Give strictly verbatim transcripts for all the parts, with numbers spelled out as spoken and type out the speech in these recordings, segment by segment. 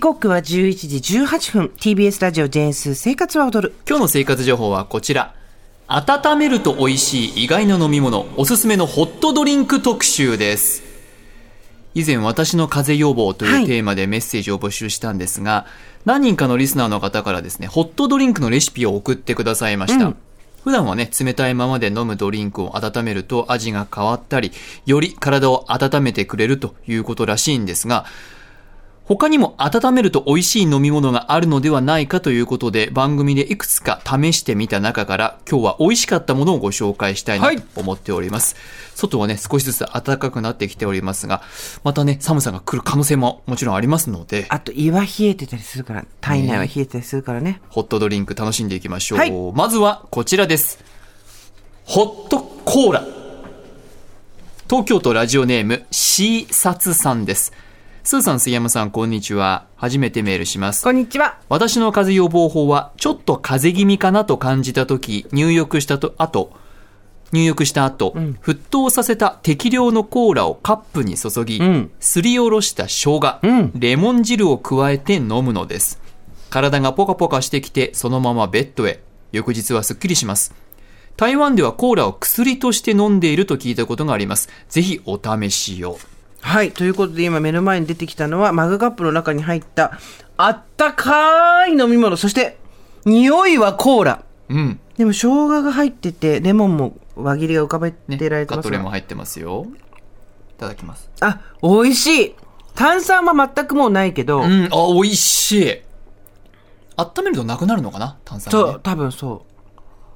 刻はじゅういちじじゅうはっぷん ティービーエス ラジオジェーンスー生活は踊る。 今日の生活情報はこちら。温めると美味しい意外な飲み物、おすすめのホットドリンク特集です。以前私の風邪予防というテーマでメッセージを募集したんですが、はい、何人かのリスナーの方からですね、ホットドリンクのレシピを送ってくださいました、うん、普段はね、冷たいままで飲むドリンクを温めると味が変わったり、より体を温めてくれるということらしいんですが、他にも温めると美味しい飲み物があるのではないかということで、番組でいくつか試してみた中から今日は美味しかったものをご紹介したいなと思っております、はい、外はね少しずつ暖かくなってきておりますが、またね寒さが来る可能性ももちろんありますので、 あと胃は冷えてたりするから、体内は冷えてたりするから ね, ねホットドリンク楽しんでいきましょう、 はい、 まずはこちらです。ホットコーラ。東京都ラジオネームシーサツさんです。スーさん、杉山さん、こんにちは。初めてメールします。 こんにちは。 私の風邪予防法は、ちょっと風邪気味かなと感じたとき、入浴したと後、入浴した後、うん、沸騰させた適量のコーラをカップに注ぎ、うん、すりおろした生姜、うん、レモン汁を加えて飲むのです。体がポカポカしてきて、そのままベッドへ。翌日はすっきりします。台湾ではコーラを薬として飲んでいると聞いたことがあります。ぜひお試しを。 はい。ということで今目の前に出てきたのはマグカップの中に入ったあったかい飲み物。そして匂いはコーラ。 うん。 でも生姜が入っててレモンも輪切りが浮かべてられてます、ね、 カットレモン入ってますよ。いただきます。 あ、美味しい。炭酸は全くもうないけど。 うん。あ、美味しい。温めるとなくなるのかな、炭酸が、ね。 そう、多分そう。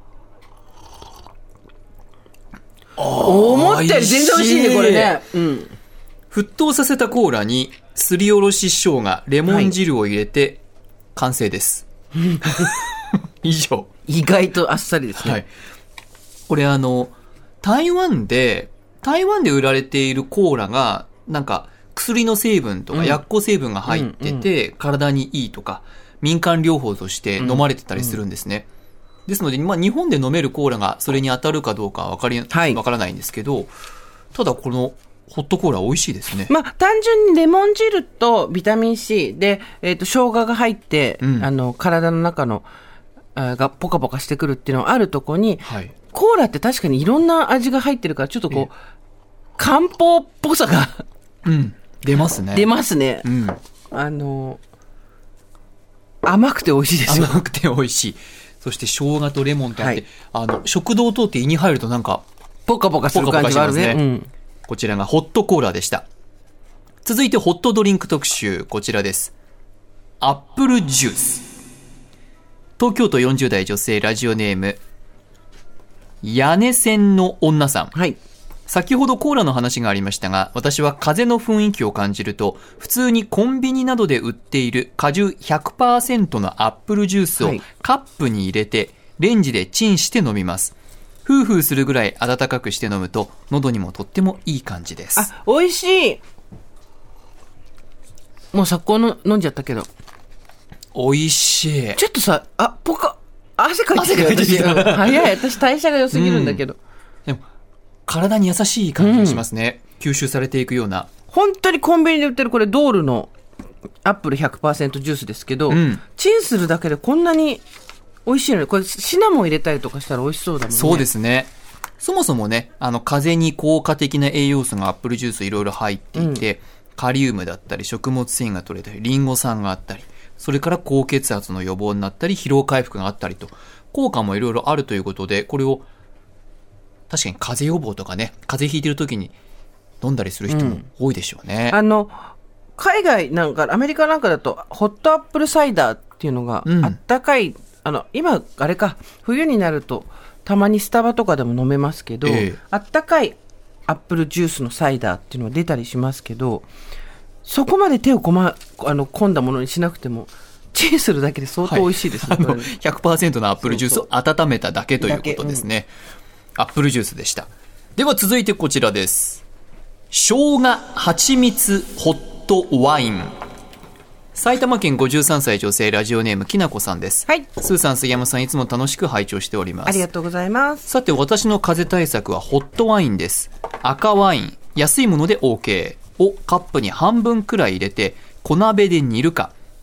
思ったより全然美味しいね、これね。うん。 沸騰させたコーラにすりおろし生姜、レモン汁を入れて完成です、はい、以上。 意外とあっさりですね、はい、 これあの台湾で台湾で売られているコーラがなんか薬の成分とか薬効成分が入ってて、うん、体にいいとか民間療法として飲まれてたりするんですね、うんうん、ですので、まあ、日本で飲めるコーラがそれに当たるかどうかは分かり、はい、分からないんですけど、ただこのホットコーラ美味しいですね。 まあ、単純にレモン汁とビタミン C で、えーと、生姜が入って、うん、あの体の中のあがポカポカしてくるっていうのがあるとこに、はい、コーラって確かにいろんな味が入ってるからちょっとこう漢方っぽさが、 うん、出ますね。 出ますね、 うん、 あの甘くて美味しいですよ。 甘くて美味しい。そして生姜とレモンとあって、はい、あの食道を通って胃に入るとなんかポカポカする感じがあるね。うん、 こちらがホットコーラでした。続いてホットドリンク特集、こちらです。アップルジュース。東京都よんじゅう代女性ラジオネーム屋根線の女さん、はい、先ほどコーラの話がありましたが、私は風の雰囲気を感じると普通にコンビニなどで売っている果汁 ひゃくパーセント のアップルジュースをカップに入れてレンジでチンして飲みます。フーフーするぐらい温かくして飲むと喉にもとってもいい感じです。 あ、美味しい。もう昨今の飲んじゃったけど美味しい。 ちょっとさ、あ、ポカ汗かいてる。汗かいてる。早い。私代謝が良すぎるんだけど、 うん、でも体に優しい感じがしますね、うん、吸収されていくような。 本当にコンビニで売ってるこれドールのアップル ひゃくパーセント ジュースですけど、うん、チンするだけでこんなに美味しいのに、これシナモン入れたりとかしたら美味しそうだもんね。 そうですね。そもそもね、あの風邪に効果的な栄養素がアップルジュースいろいろ入っていて、うん、カリウムだったり食物繊維が取れたりリンゴ酸があったり、それから高血圧の予防になったり疲労回復があったりと効果もいろいろあるということで、これを確かに風邪予防とかね、風邪ひいてる時に飲んだりする人も多いでしょうね、 うん、あの海外なんかアメリカなんかだとホットアップルサイダーっていうのがあったかい、うん、あの今あれか冬になるとたまにスタバとかでも飲めますけど、えー、あったかいアップルジュースのサイダーっていうのが出たりしますけど、そこまで手をこ、ま、あの込んだものにしなくてもチンするだけで相当美味しいですね、はい、あのひゃくパーセント のアップルジュースを温めただけということですね、うん、アップルジュースでした。では続いてこちらです。生姜蜂蜜ホットワイン。埼玉県ごじゅうさんさい女性ラジオネームきなこさんです、はい、スーさん杉山さんいつも楽しく拝聴しております。 ありがとうございます。 さて私の風邪対策はホットワインです。赤ワイン安いもので OK をカップに半分くらい入れて小鍋で煮るか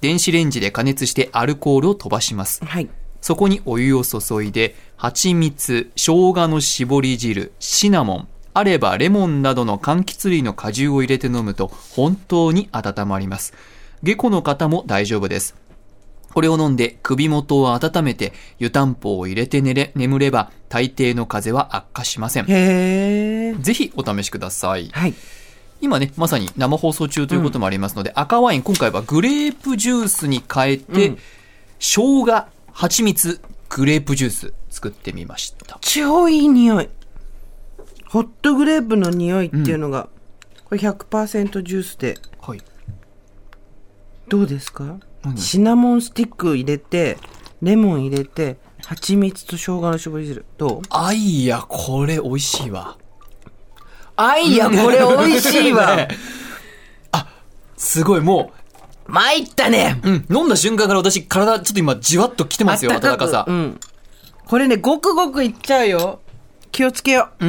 電子レンジで加熱してアルコールを飛ばします。 はい。 そこにお湯を注いで、蜂蜜、生姜の搾り汁、シナモン、あればレモンなどの柑橘類の果汁を入れて飲むと本当に温まります。下戸の方も大丈夫です。これを飲んで首元を温めて湯たんぽを入れて寝れ眠れば大抵の風邪は悪化しません。 へー。 ぜひお試しください。 はい。 今ね、まさに生放送中ということもありますので、うん、赤ワイン今回はグレープジュースに変えて、うん、生姜、蜂蜜、グレープジュース作ってみました。 超いい匂い。ホットグレープの匂いっていうのが、うん、これ ひゃくパーセント ジュースで、 はい、 どうですか？シナモンスティック入れてレモン入れて蜂蜜と生姜の搾り汁、どう？ あいや、これ美味しいわ。 あいや、これ美味しいわ、ね、 あ、すごい、もう参ったね、 うん、飲んだ瞬間から私体ちょっと今じわっときてますよ。温かさ、うん、 これね、ごくごくいっちゃうよ。気をつけよう。うん。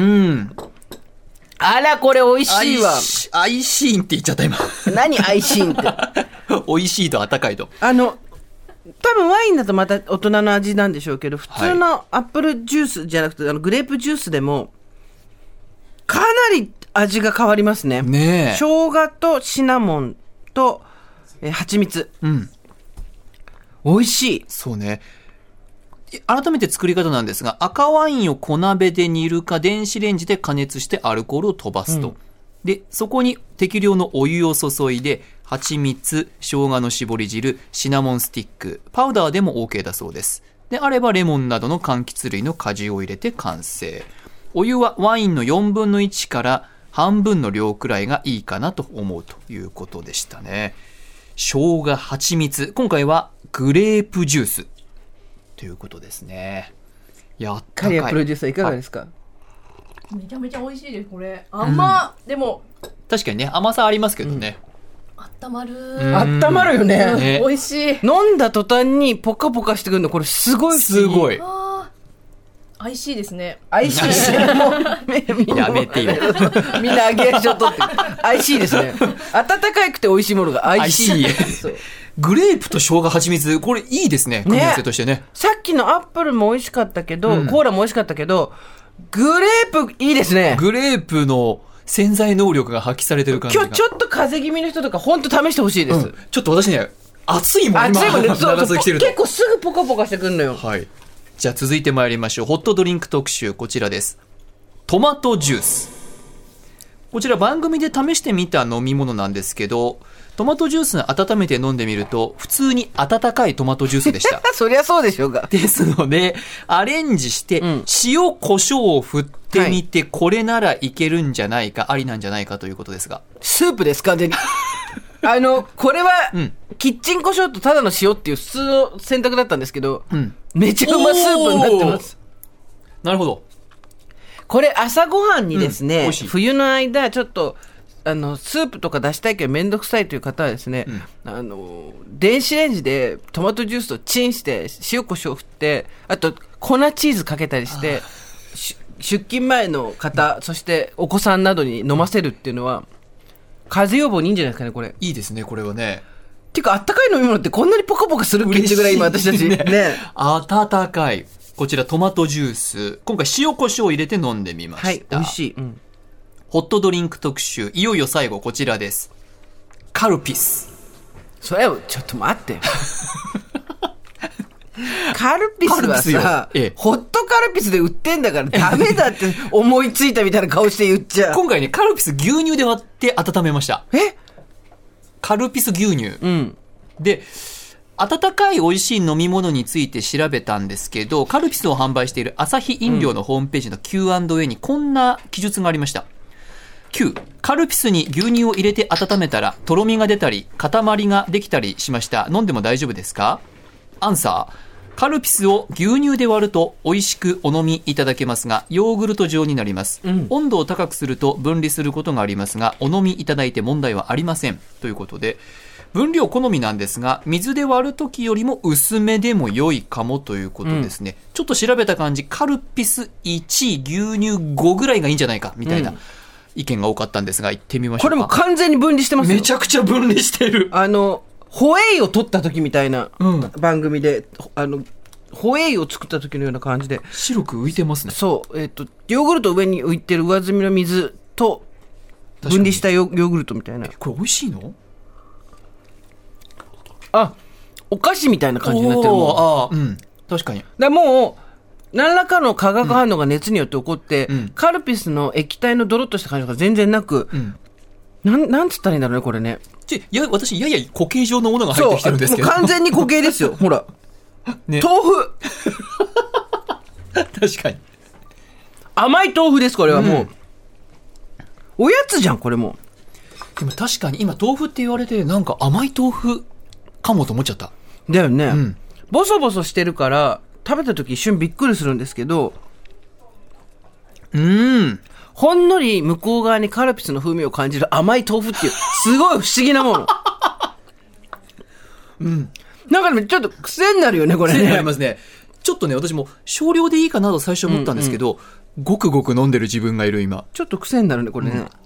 あら、これ美味しいわ。 アイシーンって言っちゃった今。 何アイシーンって。 美味しいと温かいと。 あの、多分ワインだとまた大人の味なんでしょうけど、普通のアップルジュースじゃなくて、はい、あのグレープジュースでもかなり味が変わりますね。 ねえ。 生姜とシナモンとえ蜂蜜。 うん。 美味しい。 そうね。改めて作り方なんですが、赤ワインを小鍋で煮るか電子レンジで加熱してアルコールを飛ばすと、うん、でそこに適量のお湯を注いで蜂蜜、生姜の搾り汁、シナモンスティック、パウダーでも OK だそうです。であればレモンなどの柑橘類の果汁を入れて完成。お湯はワインのよんぶんのいちから半分の量くらいがいいかなと思うということでしたね。生姜、蜂蜜、今回はグレープジュースということですね。やったかい。 カリアプロデューサーいかがですか？ めちゃめちゃ美味しいです。これ甘、うん、でも確かにね、甘さありますけどね、 うん、あったまる。 あったまるよね。 ね、 美味しい。 飲んだ途端にポカポカしてくるの、これすごいすごい。 あ、美味しいですね。 美味しいですね。もうやめてよ。 みんな揚げ足を取って美味しいですね。温かくて美味しいものが美味しい。 そう。グレープと生姜、蜂蜜、これいいですね、組み合わせとしてね。 さっきのアップルも美味しかったけど、うん、コーラも美味しかったけど、グレープいいですね。 グレープの潜在能力が発揮されてる感じが。 今日ちょっと風邪気味の人とか本当試してほしいです、うん、 ちょっと私ね、熱いもん今熱いもんね。そう長続きしてると結構すぐポカポカしてくるのよ。 はい。じゃあ続いて参りましょう。ホットドリンク特集、こちらです。トマトジュース。こちら番組で試してみた飲み物なんですけど、トマトジュース温めて飲んでみると普通に温かいトマトジュースでしたそりゃそうでしょうか。 ですのでアレンジして塩コショウを振ってみて、これならいけるんじゃないか、ありなんじゃないかということですが、 スープです完全にあのこれは、うん、キッチンコショウとただの塩っていう普通の選択だったんですけど、うん、めちゃうまスープになってます。 なるほど。 これ朝ごはんにですね、 うん、 冬の間ちょっとあのスープとか出したいけどめんどくさいという方はですね、うん、あの電子レンジでトマトジュースとチンして塩コショウ振って、あと粉チーズかけたりして出勤前の方、そしてお子さんなどに飲ませるっていうのは風邪予防にいいんじゃないですかね。これいいですね、これはね。 っていうかあったかい飲み物ってこんなにポカポカするっけってぐらい今私たちねね温かい。こちらトマトジュース、今回塩コショウを入れて飲んでみました。 はい、美味しい、うん、 ホットドリンク特集、いよいよ最後こちらです。カルピス。 それはちょっと待ってカルピスはさ、ええ、ホットカルピスで売ってんだからダメだって思いついたみたいな顔して言っちゃう今回ね、カルピス牛乳で割って温めました。 えカルピス牛乳、 うん、 で温かい美味しい飲み物について調べたんですけど、カルピスを販売しているアサヒ飲料のホームページの キューアンドエー にこんな記述がありました。きゅう、カルピスに牛乳を入れて温めたらとろみが出たり塊ができたりしました。飲んでも大丈夫ですか？アンサー、カルピスを牛乳で割ると美味しくお飲みいただけますがヨーグルト状になります、うん、温度を高くすると分離することがありますがお飲みいただいて問題はありませんということで、分量好みなんですが水で割るときよりも薄めでも良いかもということですね、うん、ちょっと調べた感じカルピスいち、牛乳ごぐらいがいいんじゃないかみたいな、うん意見が多かったんですが、行ってみましょうか。 これも完全に分離してますよ。 めちゃくちゃ分離してる。 あのホエイを取った時みたいなうん番組で、あのホエイを作った時のような感じで、 白く浮いてますね。 そう、えっとヨーグルト上に浮いてる上澄みの水と分離したヨヨーグルトみたいな。 これ美味しいの？ あ、お菓子みたいな感じになってるもん。 おーあー、うん、確かに。 だもう何らかの化学反応が熱によって起こって、 うん、 カルピスの液体のドロッとした感じが全然なく、うん、なんなんつったらいいんだろうねこれね。 ちいや私やや固形状のものが入ってきてるんですけど、 もう完全に固形ですよ。ほら、ね、豆腐確かに甘い豆腐ですこれはもう、うん、おやつじゃんこれも。 でも確かに今豆腐って言われてなんか甘い豆腐かもと思っちゃった。 だよね、 うん、 ボソボソしてるから食べた時一瞬びっくりするんですけど、うーんほんのり向こう側にカルピスの風味を感じる甘い豆腐っていうすごい不思議なものうんなんかねちょっと癖になるよねこれね。 癖になりますね。ちょっとね私も少量でいいかなと最初思ったんですけど、うんうん、ごくごく飲んでる自分がいる今。 ちょっと癖になるねこれね、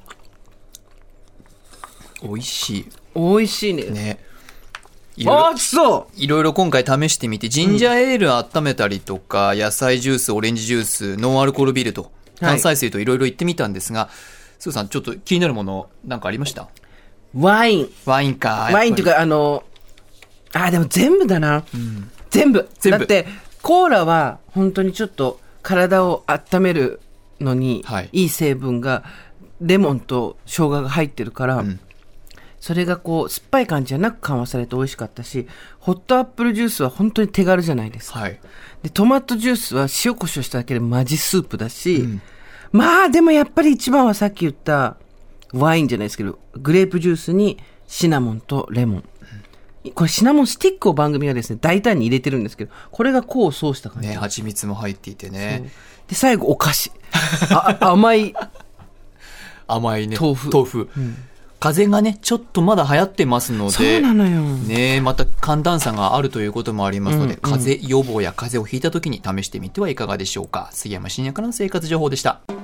うん、美味しい美味しいね。 ね、 あ、そういろいろ今回試してみて、ジンジャーエール温めたりとか、うん、野菜ジュース、オレンジジュース、ノンアルコールビールと炭酸水といろいろ言ってみたんですが、はい、スーさんちょっと気になるものなんかありました？ ワインワインか。 ワインっていうかあのあでも全部だな、うん、全部全部だってコーラは本当にちょっと体を温めるのにいい成分がレモンと生姜が入ってるから、うん、それがこう酸っぱい感じじゃなく緩和されて美味しかったし、ホットアップルジュースは本当に手軽じゃないですか、はい、でトマトジュースは塩コショウしただけでマジスープだし、うん、まあでもやっぱり一番はさっき言ったワインじゃないですけどグレープジュースにシナモンとレモン、うん、これシナモンスティックを番組がですね大胆に入れてるんですけど、これが功を奏した感じね。蜂蜜も入っていてね。 で最後お菓子あ甘い甘いね豆腐豆腐、うん、風邪がねちょっとまだ流行ってますので、 そうなのよ、 ね、また寒暖差があるということもありますので、うんうん、風邪予防や風邪をひいた時に試してみてはいかがでしょうか。杉山深也からの生活情報でした。